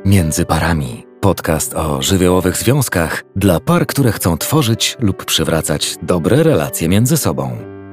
Między parami. Podcast o żywiołowych związkach dla par, które chcą tworzyć lub przywracać dobre relacje między sobą.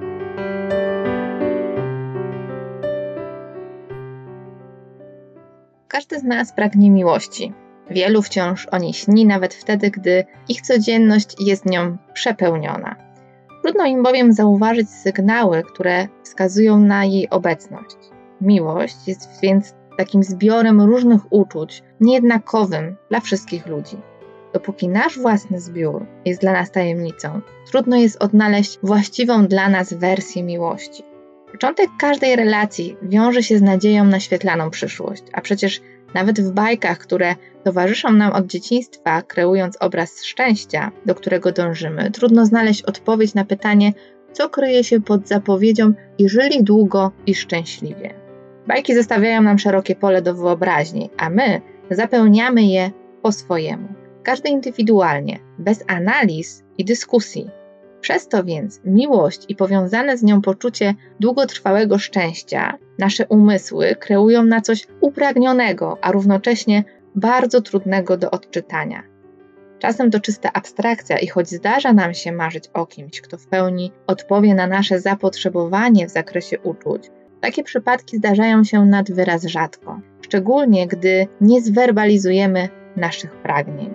Każdy z nas pragnie miłości. Wielu wciąż o niej śni, nawet wtedy, gdy ich codzienność jest nią przepełniona. Trudno im bowiem zauważyć sygnały, które wskazują na jej obecność. Miłość jest więc takim zbiorem różnych uczuć, niejednakowym dla wszystkich ludzi. Dopóki nasz własny zbiór jest dla nas tajemnicą, trudno jest odnaleźć właściwą dla nas wersję miłości. Początek każdej relacji wiąże się z nadzieją na świetlaną przyszłość, a przecież nawet w bajkach, które towarzyszą nam od dzieciństwa, kreując obraz szczęścia, do którego dążymy, trudno znaleźć odpowiedź na pytanie, co kryje się pod zapowiedzią i żyli długo i szczęśliwie. Bajki zostawiają nam szerokie pole do wyobraźni, a my zapełniamy je po swojemu. Każdy indywidualnie, bez analiz i dyskusji. Przez to więc miłość i powiązane z nią poczucie długotrwałego szczęścia, nasze umysły kreują na coś upragnionego, a równocześnie bardzo trudnego do odczytania. Czasem to czysta abstrakcja i choć zdarza nam się marzyć o kimś, kto w pełni odpowie na nasze zapotrzebowanie w zakresie uczuć, takie przypadki zdarzają się nad wyraz rzadko, szczególnie gdy nie zwerbalizujemy naszych pragnień.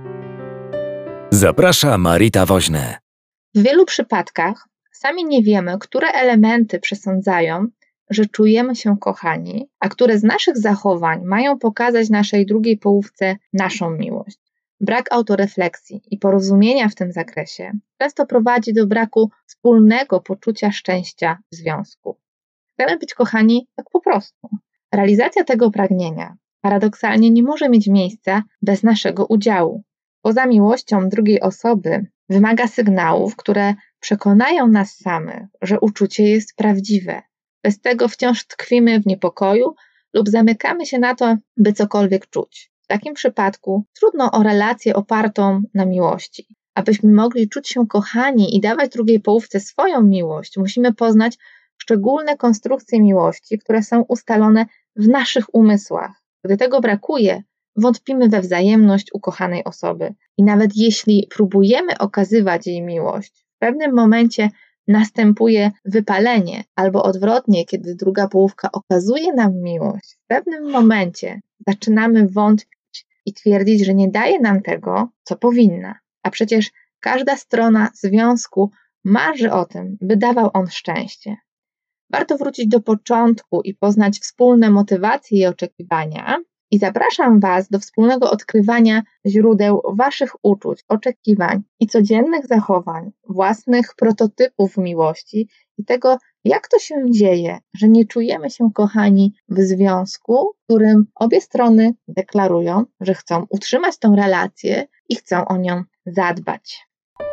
Zaprasza Marita Woźny. W wielu przypadkach sami nie wiemy, które elementy przesądzają, że czujemy się kochani, a które z naszych zachowań mają pokazać naszej drugiej połówce naszą miłość. Brak autorefleksji i porozumienia w tym zakresie często prowadzi do braku wspólnego poczucia szczęścia w związku. Chcemy być kochani tak po prostu. Realizacja tego pragnienia paradoksalnie nie może mieć miejsca bez naszego udziału. Poza miłością drugiej osoby wymaga sygnałów, które przekonają nas samych, że uczucie jest prawdziwe. Bez tego wciąż tkwimy w niepokoju lub zamykamy się na to, by cokolwiek czuć. W takim przypadku trudno o relację opartą na miłości. Abyśmy mogli czuć się kochani i dawać drugiej połówce swoją miłość, musimy poznać szczególne konstrukcje miłości, które są ustalone w naszych umysłach. Gdy tego brakuje, wątpimy we wzajemność ukochanej osoby i nawet jeśli próbujemy okazywać jej miłość, w pewnym momencie następuje wypalenie albo odwrotnie, kiedy druga połówka okazuje nam miłość, w pewnym momencie zaczynamy wątpić i twierdzić, że nie daje nam tego, co powinna. A przecież każda strona związku marzy o tym, by dawał on szczęście. Warto wrócić do początku i poznać wspólne motywacje i oczekiwania i zapraszam Was do wspólnego odkrywania źródeł Waszych uczuć, oczekiwań i codziennych zachowań, własnych prototypów miłości i tego, jak to się dzieje, że nie czujemy się kochani w związku, w którym obie strony deklarują, że chcą utrzymać tę relację i chcą o nią zadbać.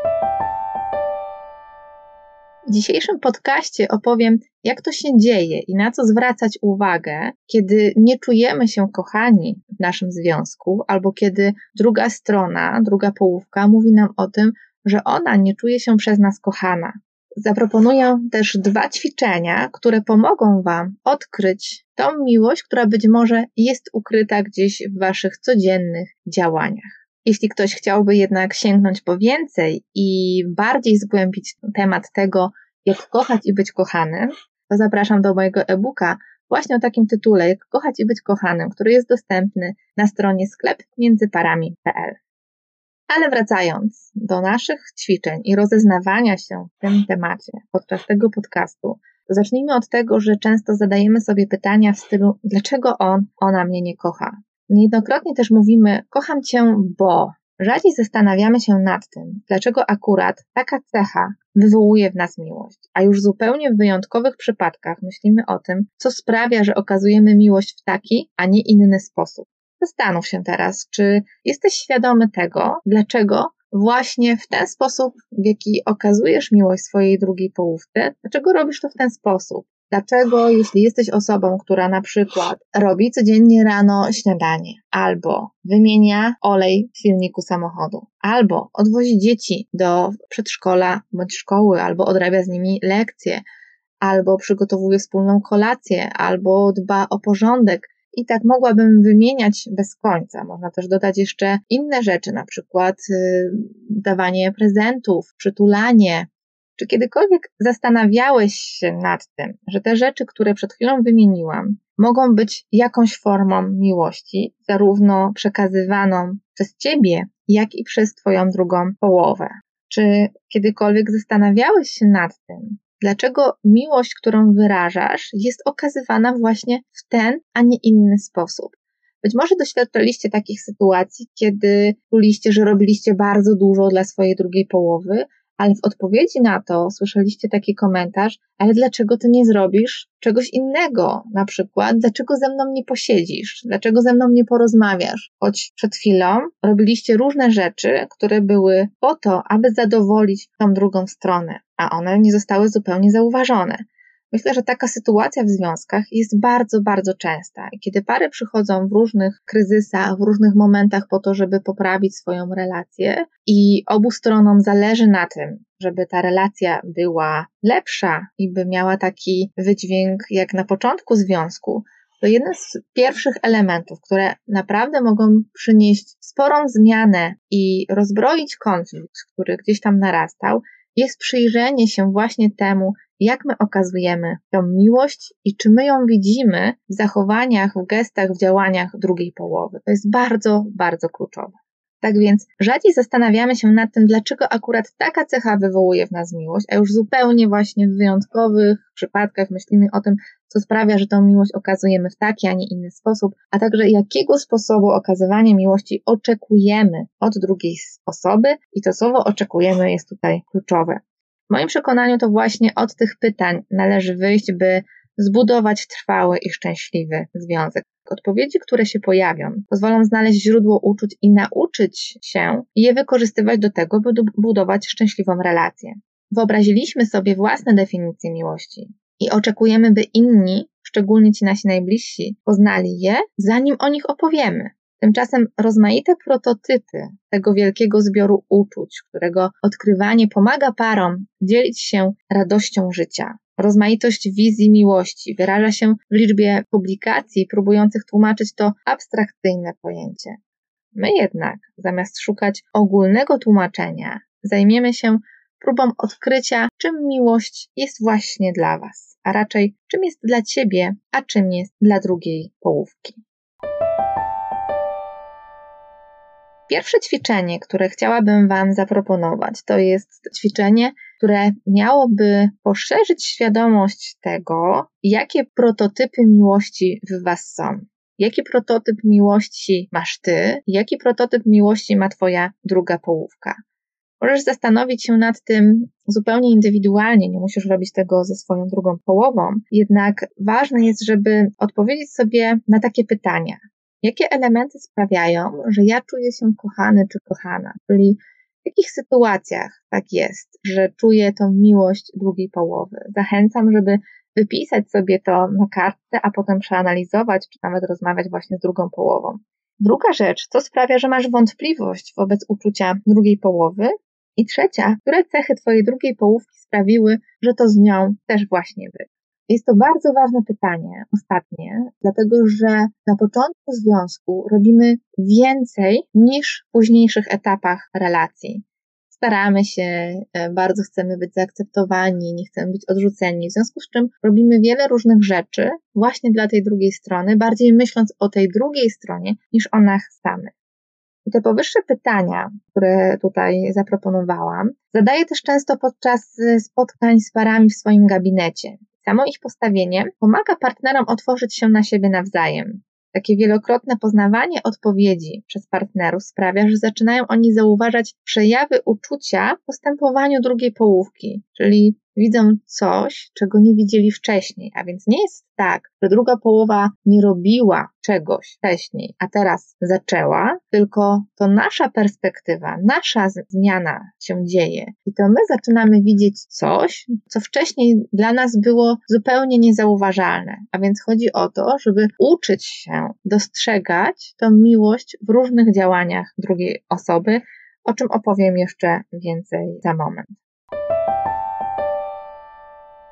W dzisiejszym podcaście opowiem, jak to się dzieje i na co zwracać uwagę, kiedy nie czujemy się kochani w naszym związku, albo kiedy druga strona, druga połówka mówi nam o tym, że ona nie czuje się przez nas kochana. Zaproponuję też 2 ćwiczenia, które pomogą Wam odkryć tą miłość, która być może jest ukryta gdzieś w Waszych codziennych działaniach. Jeśli ktoś chciałby jednak sięgnąć po więcej i bardziej zgłębić temat tego, jak kochać i być kochanym, to zapraszam do mojego e-booka właśnie o takim tytule, jak kochać i być kochanym, który jest dostępny na stronie sklepmiędzyparami.pl. Ale wracając do naszych ćwiczeń i rozeznawania się w tym temacie podczas tego podcastu, to zacznijmy od tego, że często zadajemy sobie pytania w stylu, dlaczego ona mnie nie kocha? Niejednokrotnie też mówimy, kocham Cię, bo. Rzadziej zastanawiamy się nad tym, dlaczego akurat taka cecha wywołuje w nas miłość, a już zupełnie w wyjątkowych przypadkach myślimy o tym, co sprawia, że okazujemy miłość w taki, a nie inny sposób. Zastanów się teraz, czy jesteś świadomy tego, dlaczego właśnie w ten sposób, w jaki okazujesz miłość swojej drugiej połówce, dlaczego robisz to w ten sposób? Dlaczego, jeśli jesteś osobą, która na przykład robi codziennie rano śniadanie, albo wymienia olej w silniku samochodu, albo odwozi dzieci do przedszkola bądź szkoły, albo odrabia z nimi lekcje, albo przygotowuje wspólną kolację, albo dba o porządek I tak mogłabym wymieniać bez końca. Można też dodać jeszcze inne rzeczy, na przykład dawanie prezentów, przytulanie. Czy kiedykolwiek zastanawiałeś się nad tym, że te rzeczy, które przed chwilą wymieniłam, mogą być jakąś formą miłości, zarówno przekazywaną przez Ciebie, jak i przez Twoją drugą połowę? Czy kiedykolwiek zastanawiałeś się nad tym, dlaczego miłość, którą wyrażasz, jest okazywana właśnie w ten, a nie inny sposób? Być może doświadczaliście takich sytuacji, kiedy czuliście, że robiliście bardzo dużo dla swojej drugiej połowy, ale w odpowiedzi na to słyszeliście taki komentarz: ale dlaczego ty nie zrobisz czegoś innego? Na przykład, dlaczego ze mną nie posiedzisz? Dlaczego ze mną nie porozmawiasz? Choć przed chwilą robiliście różne rzeczy, które były po to, aby zadowolić tą drugą stronę, a one nie zostały zupełnie zauważone. Myślę, że taka sytuacja w związkach jest bardzo, bardzo częsta. I kiedy pary przychodzą w różnych kryzysach, w różnych momentach po to, żeby poprawić swoją relację i obu stronom zależy na tym, żeby ta relacja była lepsza i by miała taki wydźwięk jak na początku związku, to jeden z pierwszych elementów, które naprawdę mogą przynieść sporą zmianę i rozbroić konflikt, który gdzieś tam narastał, jest przyjrzenie się właśnie temu, jak my okazujemy tą miłość i czy my ją widzimy w zachowaniach, w gestach, w działaniach drugiej połowy. To jest bardzo, bardzo kluczowe. Tak więc rzadziej zastanawiamy się nad tym, dlaczego akurat taka cecha wywołuje w nas miłość, a już zupełnie właśnie w wyjątkowych przypadkach myślimy o tym, co sprawia, że tą miłość okazujemy w taki, a nie inny sposób, a także jakiego sposobu okazywania miłości oczekujemy od drugiej osoby i to słowo oczekujemy jest tutaj kluczowe. W moim przekonaniu to właśnie od tych pytań należy wyjść, by zbudować trwały i szczęśliwy związek. Odpowiedzi, które się pojawią, pozwolą znaleźć źródło uczuć i nauczyć się je wykorzystywać do tego, by budować szczęśliwą relację. Wyobraziliśmy sobie własne definicje miłości i oczekujemy, by inni, szczególnie ci nasi najbliżsi, poznali je, zanim o nich opowiemy. Tymczasem rozmaite prototypy tego wielkiego zbioru uczuć, którego odkrywanie pomaga parom dzielić się radością życia. Rozmaitość wizji miłości wyraża się w liczbie publikacji próbujących tłumaczyć to abstrakcyjne pojęcie. My jednak, zamiast szukać ogólnego tłumaczenia, zajmiemy się próbą odkrycia, czym miłość jest właśnie dla Was, a raczej czym jest dla Ciebie, a czym jest dla drugiej połówki. Pierwsze ćwiczenie, które chciałabym Wam zaproponować, to jest ćwiczenie, które miałoby poszerzyć świadomość tego, jakie prototypy miłości w Was są. Jaki prototyp miłości masz Ty, jaki prototyp miłości ma Twoja druga połówka. Możesz zastanowić się nad tym zupełnie indywidualnie, nie musisz robić tego ze swoją drugą połową, jednak ważne jest, żeby odpowiedzieć sobie na takie pytania. Jakie elementy sprawiają, że ja czuję się kochany czy kochana? Czyli w jakich sytuacjach tak jest, że czuję tą miłość drugiej połowy? Zachęcam, żeby wypisać sobie to na kartce, a potem przeanalizować, czy nawet rozmawiać właśnie z drugą połową. Druga rzecz, co sprawia, że masz wątpliwość wobec uczucia drugiej połowy? I trzecia, które cechy Twojej drugiej połówki sprawiły, że to z nią też właśnie wy? Jest to bardzo ważne pytanie, ostatnie, dlatego że na początku związku robimy więcej niż w późniejszych etapach relacji. Staramy się, bardzo chcemy być zaakceptowani, nie chcemy być odrzuceni, w związku z czym robimy wiele różnych rzeczy właśnie dla tej drugiej strony, bardziej myśląc o tej drugiej stronie niż o nas samych. I te powyższe pytania, które tutaj zaproponowałam, zadaję też często podczas spotkań z parami w swoim gabinecie. Samo ich postawienie pomaga partnerom otworzyć się na siebie nawzajem. Takie wielokrotne poznawanie odpowiedzi przez partnerów sprawia, że zaczynają oni zauważać przejawy uczucia w postępowaniu drugiej połówki, czyli widzą coś, czego nie widzieli wcześniej, a więc nie jest tak, że druga połowa nie robiła czegoś wcześniej, a teraz zaczęła, tylko to nasza perspektywa, nasza zmiana się dzieje i to my zaczynamy widzieć coś, co wcześniej dla nas było zupełnie niezauważalne, a więc chodzi o to, żeby uczyć się dostrzegać tą miłość w różnych działaniach drugiej osoby, o czym opowiem jeszcze więcej za moment.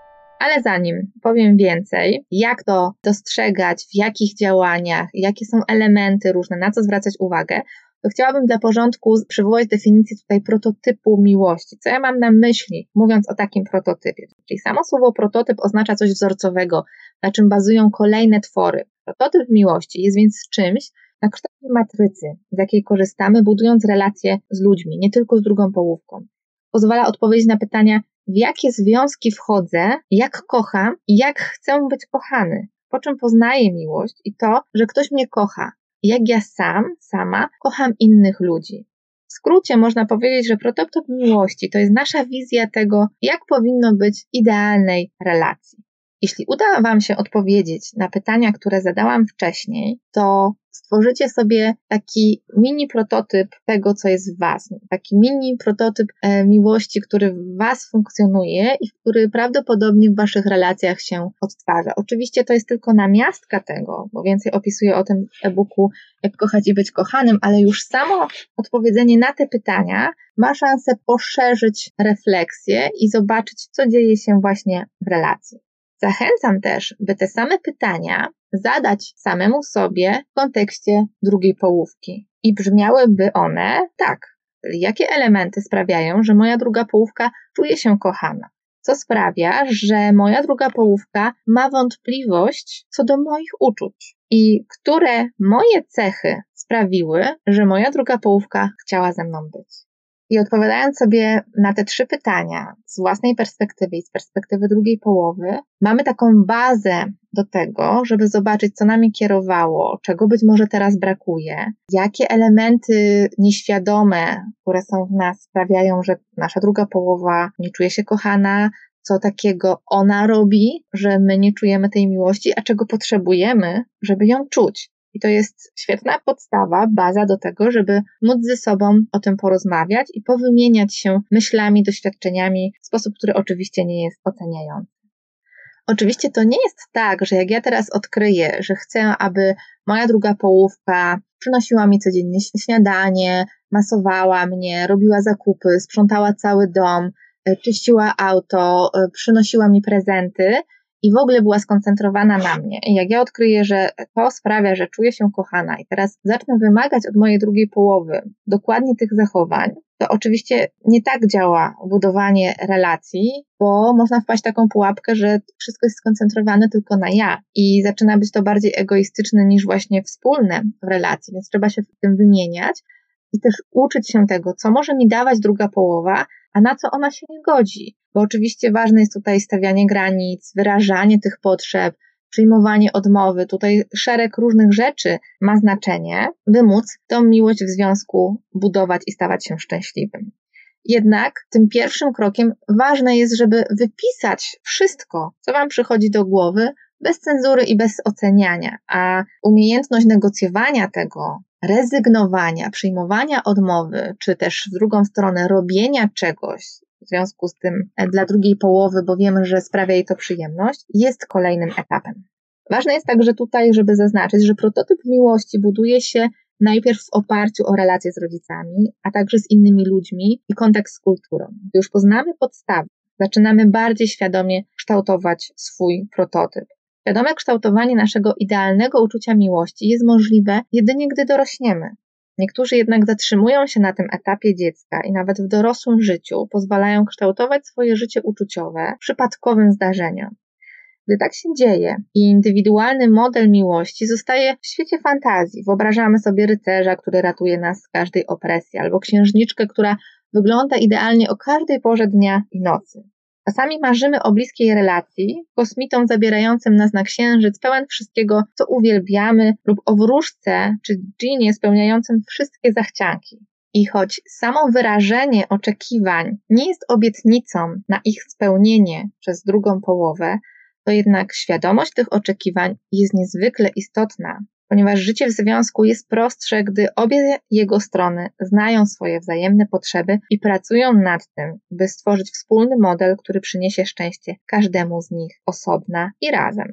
Ale zanim powiem więcej, jak to dostrzegać, w jakich działaniach, jakie są elementy różne, na co zwracać uwagę, to chciałabym dla porządku przywołać definicję tutaj prototypu miłości. Co ja mam na myśli, mówiąc o takim prototypie? Czyli samo słowo prototyp oznacza coś wzorcowego, na czym bazują kolejne twory. Prototyp miłości jest więc czymś na kształcie matrycy, z jakiej korzystamy, budując relacje z ludźmi, nie tylko z drugą połówką. Pozwala odpowiedzieć na pytania, w jakie związki wchodzę, jak kocham i jak chcę być kochany, po czym poznaję miłość i to, że ktoś mnie kocha, jak ja sama kocham innych ludzi. W skrócie można powiedzieć, że prototyp miłości to jest nasza wizja tego, jak powinno być idealnej relacji. Jeśli uda Wam się odpowiedzieć na pytania, które zadałam wcześniej, to stworzycie sobie taki mini prototyp tego, co jest w Was. Taki mini prototyp miłości, który w Was funkcjonuje i który prawdopodobnie w Waszych relacjach się odtwarza. Oczywiście to jest tylko namiastka tego, bo więcej opisuję o tym w e-booku Jak kochać i być kochanym, ale już samo odpowiedzenie na te pytania ma szansę poszerzyć refleksję i zobaczyć, co dzieje się właśnie w relacji. Zachęcam też, by te same pytania zadać samemu sobie w kontekście drugiej połówki. I brzmiałyby one tak, czyli jakie elementy sprawiają, że moja druga połówka czuje się kochana? Co sprawia, że moja druga połówka ma wątpliwość co do moich uczuć? I które moje cechy sprawiły, że moja druga połówka chciała ze mną być? I odpowiadając sobie na te 3 pytania z własnej perspektywy i z perspektywy drugiej połowy, mamy taką bazę do tego, żeby zobaczyć, co nami kierowało, czego być może teraz brakuje, jakie elementy nieświadome, które są w nas, sprawiają, że nasza druga połowa nie czuje się kochana, co takiego ona robi, że my nie czujemy tej miłości, a czego potrzebujemy, żeby ją czuć. I to jest świetna podstawa, baza do tego, żeby móc ze sobą o tym porozmawiać i powymieniać się myślami, doświadczeniami w sposób, który oczywiście nie jest oceniający. Oczywiście to nie jest tak, że jak ja teraz odkryję, że chcę, aby moja druga połówka przynosiła mi codziennie śniadanie, masowała mnie, robiła zakupy, sprzątała cały dom, czyściła auto, przynosiła mi prezenty, i w ogóle była skoncentrowana na mnie. I jak ja odkryję, że to sprawia, że czuję się kochana i teraz zacznę wymagać od mojej drugiej połowy dokładnie tych zachowań, to oczywiście nie tak działa budowanie relacji, bo można wpaść w taką pułapkę, że wszystko jest skoncentrowane tylko na ja i zaczyna być to bardziej egoistyczne niż właśnie wspólne w relacji, więc trzeba się w tym wymieniać i też uczyć się tego, co może mi dawać druga połowa, a na co ona się nie godzi. Bo oczywiście ważne jest tutaj stawianie granic, wyrażanie tych potrzeb, przyjmowanie odmowy. Tutaj szereg różnych rzeczy ma znaczenie, by móc tą miłość w związku budować i stawać się szczęśliwym. Jednak tym pierwszym krokiem ważne jest, żeby wypisać wszystko, co Wam przychodzi do głowy, bez cenzury i bez oceniania, a umiejętność negocjowania tego, rezygnowania, przyjmowania odmowy, czy też w drugą stronę robienia czegoś w związku z tym dla drugiej połowy, bo wiemy, że sprawia jej to przyjemność, jest kolejnym etapem. Ważne jest także tutaj, żeby zaznaczyć, że prototyp miłości buduje się najpierw w oparciu o relacje z rodzicami, a także z innymi ludźmi i kontakt z kulturą. Gdy już poznamy podstawy, zaczynamy bardziej świadomie kształtować swój prototyp. Świadome kształtowanie naszego idealnego uczucia miłości jest możliwe jedynie gdy dorośniemy. Niektórzy jednak zatrzymują się na tym etapie dziecka i nawet w dorosłym życiu pozwalają kształtować swoje życie uczuciowe przypadkowym zdarzeniom. Gdy tak się dzieje i indywidualny model miłości zostaje w świecie fantazji, wyobrażamy sobie rycerza, który ratuje nas z każdej opresji, albo księżniczkę, która wygląda idealnie o każdej porze dnia i nocy. Czasami marzymy o bliskiej relacji, kosmitą zabierającym nas na księżyc, pełen wszystkiego, co uwielbiamy, lub o wróżce czy dżinie spełniającym wszystkie zachcianki. I choć samo wyrażenie oczekiwań nie jest obietnicą na ich spełnienie przez drugą połowę, to jednak świadomość tych oczekiwań jest niezwykle istotna, ponieważ życie w związku jest prostsze, gdy obie jego strony znają swoje wzajemne potrzeby i pracują nad tym, by stworzyć wspólny model, który przyniesie szczęście każdemu z nich osobna i razem.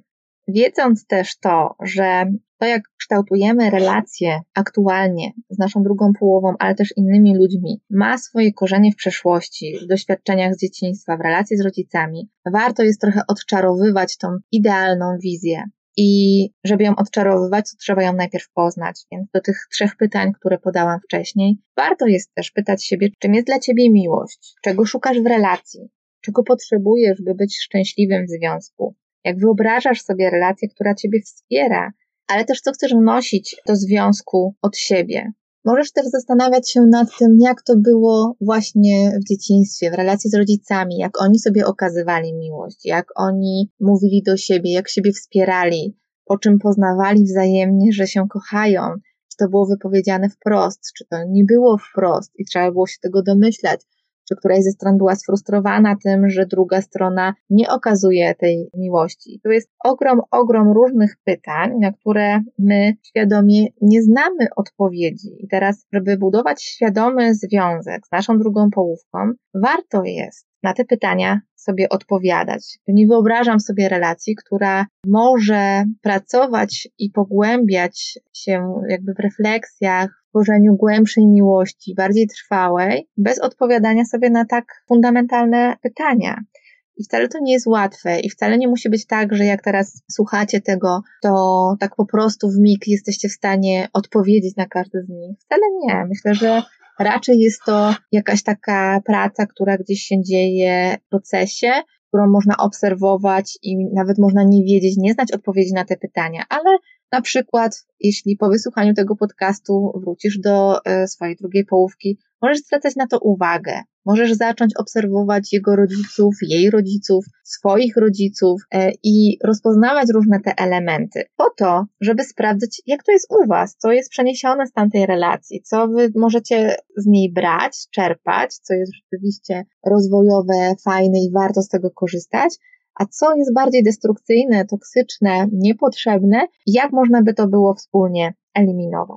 wiedząc też to, że to jak kształtujemy relacje aktualnie z naszą drugą połową, ale też innymi ludźmi, ma swoje korzenie w przeszłości, w doświadczeniach z dzieciństwa, w relacji z rodzicami, warto jest trochę odczarowywać tą idealną wizję. I żeby ją odczarowywać, to trzeba ją najpierw poznać. Więc do tych 3 pytań, które podałam wcześniej, warto jest też pytać siebie, czym jest dla Ciebie miłość, czego szukasz w relacji, czego potrzebujesz, by być szczęśliwym w związku, jak wyobrażasz sobie relację, która Ciebie wspiera, ale też co chcesz wnosić do związku od siebie. Możesz też zastanawiać się nad tym, jak to było właśnie w dzieciństwie, w relacji z rodzicami, jak oni sobie okazywali miłość, jak oni mówili do siebie, jak siebie wspierali, po czym poznawali wzajemnie, że się kochają, czy to było wypowiedziane wprost, czy to nie było wprost i trzeba było się tego domyślać, czy któraś ze stron była sfrustrowana tym, że druga strona nie okazuje tej miłości. To jest ogrom różnych pytań, na które my świadomie nie znamy odpowiedzi. I teraz, żeby budować świadomy związek z naszą drugą połówką, warto jest na te pytania sobie odpowiadać. Nie wyobrażam sobie relacji, która może pracować i pogłębiać się jakby w refleksjach, w tworzeniu głębszej miłości, bardziej trwałej, bez odpowiadania sobie na tak fundamentalne pytania. I wcale to nie jest łatwe i wcale nie musi być tak, że jak teraz słuchacie tego, to tak po prostu w mig jesteście w stanie odpowiedzieć na każdy z nich. Wcale nie. Myślę, że raczej jest to jakaś taka praca, która gdzieś się dzieje w procesie, którą można obserwować i nawet można nie wiedzieć, nie znać odpowiedzi na te pytania, ale na przykład, jeśli po wysłuchaniu tego podcastu wrócisz do swojej drugiej połówki, możesz zwracać na to uwagę. Możesz zacząć obserwować jego rodziców, jej rodziców, swoich rodziców i rozpoznawać różne te elementy po to, żeby sprawdzić, jak to jest u was, co jest przeniesione z tamtej relacji, co wy możecie z niej brać, czerpać, co jest rzeczywiście rozwojowe, fajne i warto z tego korzystać, a co jest bardziej destrukcyjne, toksyczne, niepotrzebne i jak można by to było wspólnie eliminować.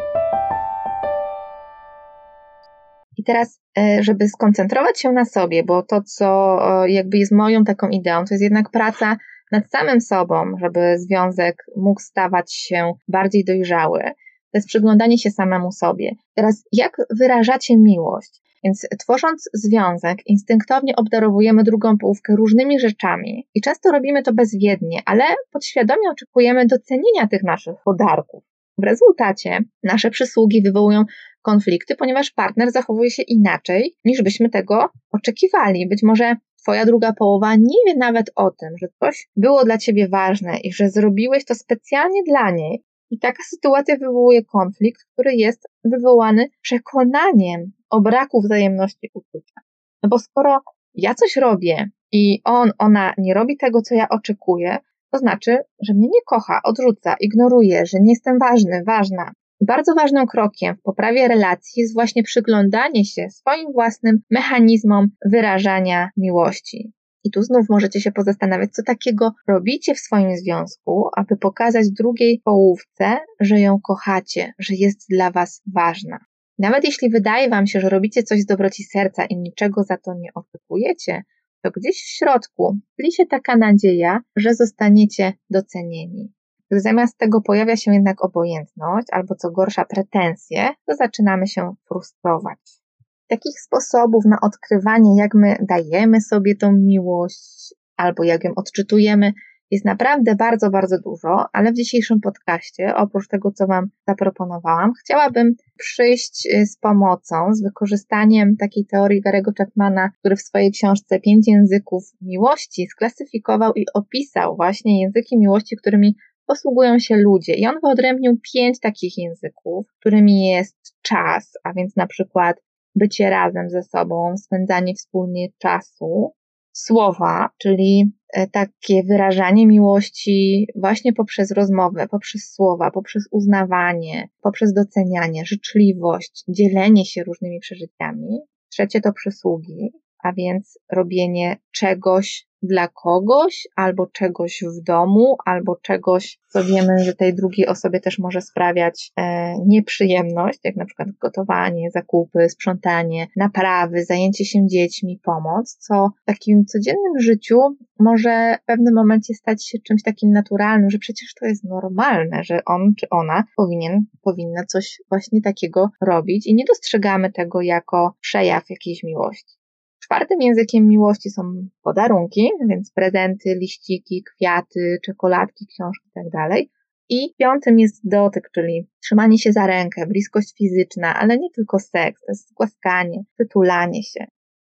I teraz, żeby skoncentrować się na sobie, bo to, co jakby jest moją taką ideą, to jest jednak praca nad samym sobą, żeby związek mógł stawać się bardziej dojrzały. To jest przyglądanie się samemu sobie. Teraz, jak wyrażacie miłość? Więc tworząc związek, instynktownie obdarowujemy drugą połówkę różnymi rzeczami i często robimy to bezwiednie, ale podświadomie oczekujemy docenienia tych naszych podarków. W rezultacie nasze przysługi wywołują konflikty, ponieważ partner zachowuje się inaczej, niż byśmy tego oczekiwali. Być może twoja druga połowa nie wie nawet o tym, że coś było dla ciebie ważne i że zrobiłeś to specjalnie dla niej. I taka sytuacja wywołuje konflikt, który jest wywołany przekonaniem o braku wzajemności uczucia. No bo skoro ja coś robię i ona nie robi tego, co ja oczekuję, to znaczy, że mnie nie kocha, odrzuca, ignoruje, że nie jestem ważny, ważna. Bardzo ważnym krokiem w poprawie relacji jest właśnie przyglądanie się swoim własnym mechanizmom wyrażania miłości. I tu znów możecie się pozastanawiać, co takiego robicie w swoim związku, aby pokazać drugiej połówce, że ją kochacie, że jest dla was ważna. Nawet jeśli wydaje wam się, że robicie coś z dobroci serca i niczego za to nie oczekujecie, to gdzieś w środku tli się taka nadzieja, że zostaniecie docenieni. Gdy zamiast tego pojawia się jednak obojętność albo co gorsza pretensje, to zaczynamy się frustrować. Takich sposobów na odkrywanie, jak my dajemy sobie tą miłość albo jak ją odczytujemy, jest naprawdę bardzo, bardzo dużo, ale w dzisiejszym podcaście, oprócz tego, co wam zaproponowałam, chciałabym przyjść z pomocą, z wykorzystaniem takiej teorii Gary'ego Chapmana, który w swojej książce 5 języków miłości sklasyfikował i opisał właśnie języki miłości, którymi posługują się ludzie. I on wyodrębnił 5 takich języków, którymi jest czas, a więc na przykład bycie razem ze sobą, spędzanie wspólnie czasu, słowa, czyli takie wyrażanie miłości właśnie poprzez rozmowę, poprzez słowa, poprzez uznawanie, poprzez docenianie, życzliwość, dzielenie się różnymi przeżyciami. 3 to przysługi, a więc robienie czegoś dla kogoś, albo czegoś w domu, albo czegoś, co wiemy, że tej drugiej osobie też może sprawiać nieprzyjemność, jak na przykład gotowanie, zakupy, sprzątanie, naprawy, zajęcie się dziećmi, pomoc, co w takim codziennym życiu może w pewnym momencie stać się czymś takim naturalnym, że przecież to jest normalne, że on czy ona powinna coś właśnie takiego robić i nie dostrzegamy tego jako przejaw jakiejś miłości. Czwartym językiem miłości są podarunki, więc prezenty, liściki, kwiaty, czekoladki, książki itd. I piątym jest dotyk, czyli trzymanie się za rękę, bliskość fizyczna, ale nie tylko seks, to jest głaskanie, przytulanie się.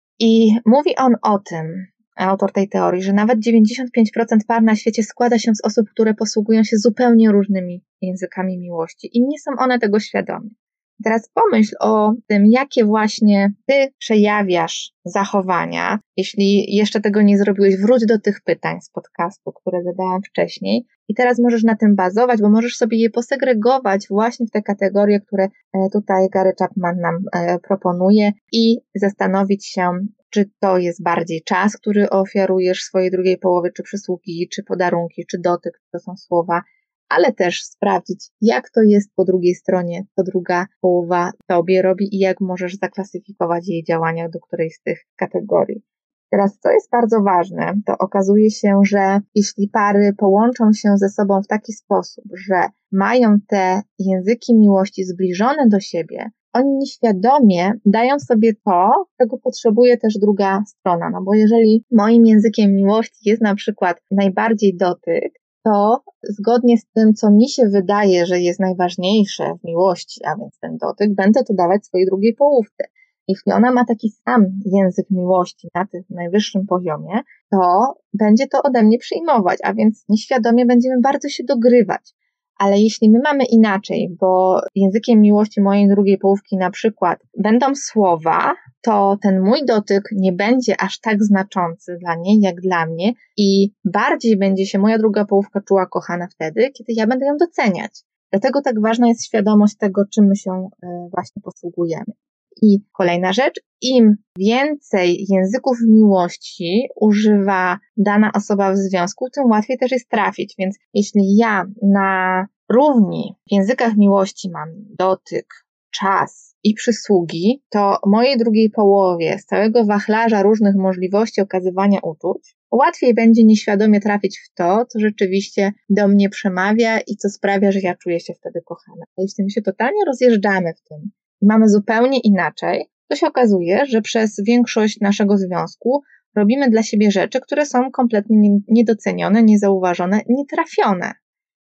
I mówi on o tym, autor tej teorii, że nawet 95% par na świecie składa się z osób, które posługują się zupełnie różnymi językami miłości i nie są one tego świadome. Teraz pomyśl o tym, jakie właśnie ty przejawiasz zachowania. Jeśli jeszcze tego nie zrobiłeś, wróć do tych pytań z podcastu, które zadałam wcześniej i teraz możesz na tym bazować, bo możesz sobie je posegregować właśnie w te kategorie, które tutaj Gary Chapman nam proponuje i zastanowić się, czy to jest bardziej czas, który ofiarujesz swojej drugiej połowie, czy przysługi, czy podarunki, czy dotyk, to są słowa, ale też sprawdzić, jak to jest po drugiej stronie, co druga połowa tobie robi i jak możesz zaklasyfikować jej działania do którejś z tych kategorii. Teraz, co jest bardzo ważne, to okazuje się, że jeśli pary połączą się ze sobą w taki sposób, że mają te języki miłości zbliżone do siebie, oni nieświadomie dają sobie to, czego potrzebuje też druga strona. No bo jeżeli moim językiem miłości jest na przykład najbardziej dotyk, to zgodnie z tym, co mi się wydaje, że jest najważniejsze w miłości, a więc ten dotyk, będę to dawać swojej drugiej połówce. Jeśli ona ma taki sam język miłości na tym najwyższym poziomie, to będzie to ode mnie przyjmować, a więc nieświadomie będziemy bardzo się dogrywać. Ale jeśli my mamy inaczej, bo językiem miłości mojej drugiej połówki na przykład będą słowa, to ten mój dotyk nie będzie aż tak znaczący dla niej, jak dla mnie i bardziej będzie się moja druga połówka czuła kochana wtedy, kiedy ja będę ją doceniać. Dlatego tak ważna jest świadomość tego, czym my się właśnie posługujemy. I kolejna rzecz, im więcej języków miłości używa dana osoba w związku, tym łatwiej też jest trafić. Więc jeśli ja na równi w językach miłości mam dotyk, czas i przysługi, to mojej drugiej połowie z całego wachlarza różnych możliwości okazywania uczuć łatwiej będzie nieświadomie trafić w to, co rzeczywiście do mnie przemawia i co sprawia, że ja czuję się wtedy kochana. A jeśli my się totalnie rozjeżdżamy w tym i mamy zupełnie inaczej, to się okazuje, że przez większość naszego związku robimy dla siebie rzeczy, które są kompletnie niedocenione, niezauważone, nietrafione.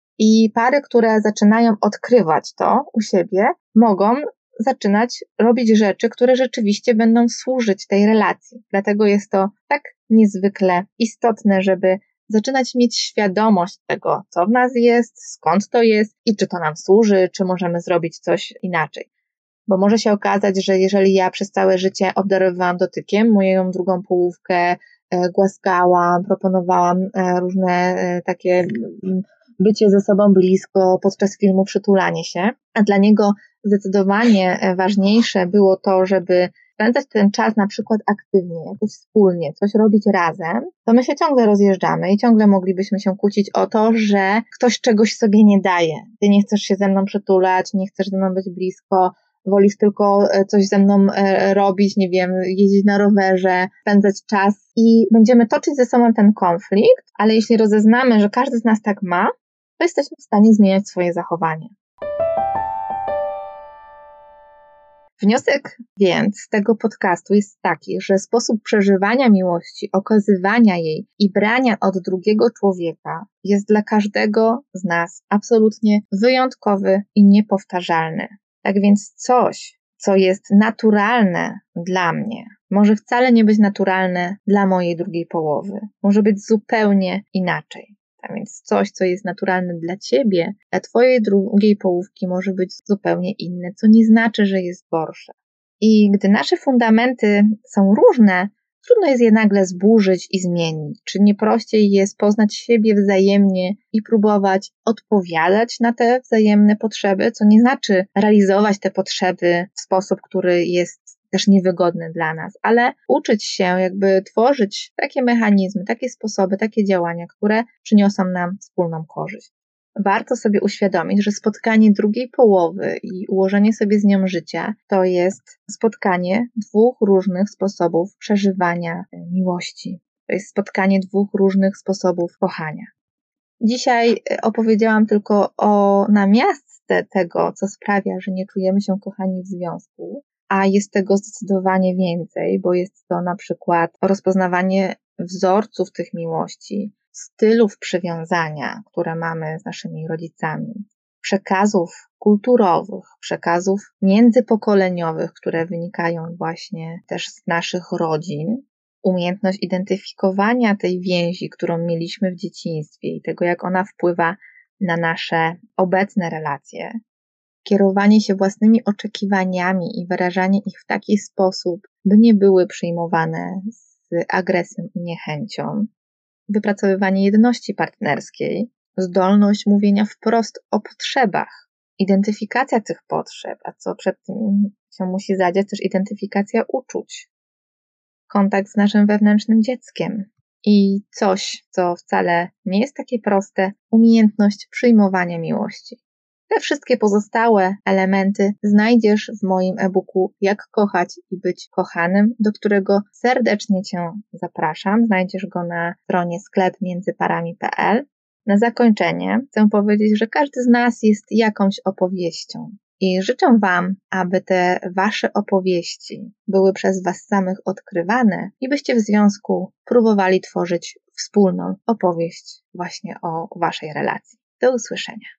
I pary, które zaczynają odkrywać to u siebie, mogą zaczynać robić rzeczy, które rzeczywiście będą służyć tej relacji. Dlatego jest to tak niezwykle istotne, żeby zaczynać mieć świadomość tego, co w nas jest, skąd to jest i czy to nam służy, czy możemy zrobić coś inaczej. Bo może się okazać, że jeżeli ja przez całe życie obdarowywałam dotykiem moją drugą połówkę, głaskałam, proponowałam różne takie bycie ze sobą blisko, podczas filmu przytulanie się, a dla niego zdecydowanie ważniejsze było to, żeby spędzać ten czas na przykład aktywnie, jakoś wspólnie, coś robić razem, to my się ciągle rozjeżdżamy i ciągle moglibyśmy się kłócić o to, że ktoś czegoś sobie nie daje. Ty nie chcesz się ze mną przytulać, nie chcesz ze mną być blisko, wolisz tylko coś ze mną robić, nie wiem, jeździć na rowerze, spędzać czas i będziemy toczyć ze sobą ten konflikt, ale jeśli rozeznamy, że każdy z nas tak ma, to jesteśmy w stanie zmieniać swoje zachowanie. Wniosek więc z tego podcastu jest taki, że sposób przeżywania miłości, okazywania jej i brania od drugiego człowieka jest dla każdego z nas absolutnie wyjątkowy i niepowtarzalny. Tak więc coś, co jest naturalne dla mnie, może wcale nie być naturalne dla mojej drugiej połowy. Może być zupełnie inaczej. A więc coś, co jest naturalne dla ciebie, dla twojej drugiej połówki może być zupełnie inne, co nie znaczy, że jest gorsze. I gdy nasze fundamenty są różne, trudno jest je nagle zburzyć i zmienić. Czy nie prościej jest poznać siebie wzajemnie i próbować odpowiadać na te wzajemne potrzeby, co nie znaczy realizować te potrzeby w sposób, który jest też niewygodny dla nas, ale uczyć się jakby tworzyć takie mechanizmy, takie sposoby, takie działania, które przyniosą nam wspólną korzyść. Warto sobie uświadomić, że spotkanie drugiej połowy i ułożenie sobie z nią życia to jest spotkanie dwóch różnych sposobów przeżywania miłości. To jest spotkanie dwóch różnych sposobów kochania. Dzisiaj opowiedziałam tylko o namiastce tego, co sprawia, że nie czujemy się kochani w związku, a jest tego zdecydowanie więcej, bo jest to na przykład rozpoznawanie wzorców tych miłości, stylów przywiązania, które mamy z naszymi rodzicami, przekazów kulturowych, przekazów międzypokoleniowych, które wynikają właśnie też z naszych rodzin, umiejętność identyfikowania tej więzi, którą mieliśmy w dzieciństwie i tego, jak ona wpływa na nasze obecne relacje, kierowanie się własnymi oczekiwaniami i wyrażanie ich w taki sposób, by nie były przyjmowane z agresją i niechęcią, wypracowywanie jedności partnerskiej, zdolność mówienia wprost o potrzebach, identyfikacja tych potrzeb, a co przed tym się musi zadziać, też identyfikacja uczuć, kontakt z naszym wewnętrznym dzieckiem i coś, co wcale nie jest takie proste, umiejętność przyjmowania miłości. Te wszystkie pozostałe elementy znajdziesz w moim e-booku Jak kochać i być kochanym, do którego serdecznie Cię zapraszam. Znajdziesz go na stronie sklepmiędzyparami.pl. Na zakończenie chcę powiedzieć, że każdy z nas jest jakąś opowieścią. I życzę Wam, aby te Wasze opowieści były przez Was samych odkrywane i byście w związku próbowali tworzyć wspólną opowieść właśnie o Waszej relacji. Do usłyszenia.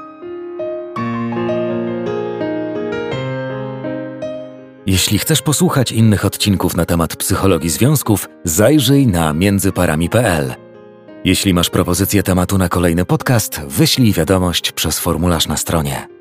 Jeśli chcesz posłuchać innych odcinków na temat psychologii związków, zajrzyj na międzyparami.pl. Jeśli masz propozycję tematu na kolejny podcast, wyślij wiadomość przez formularz na stronie.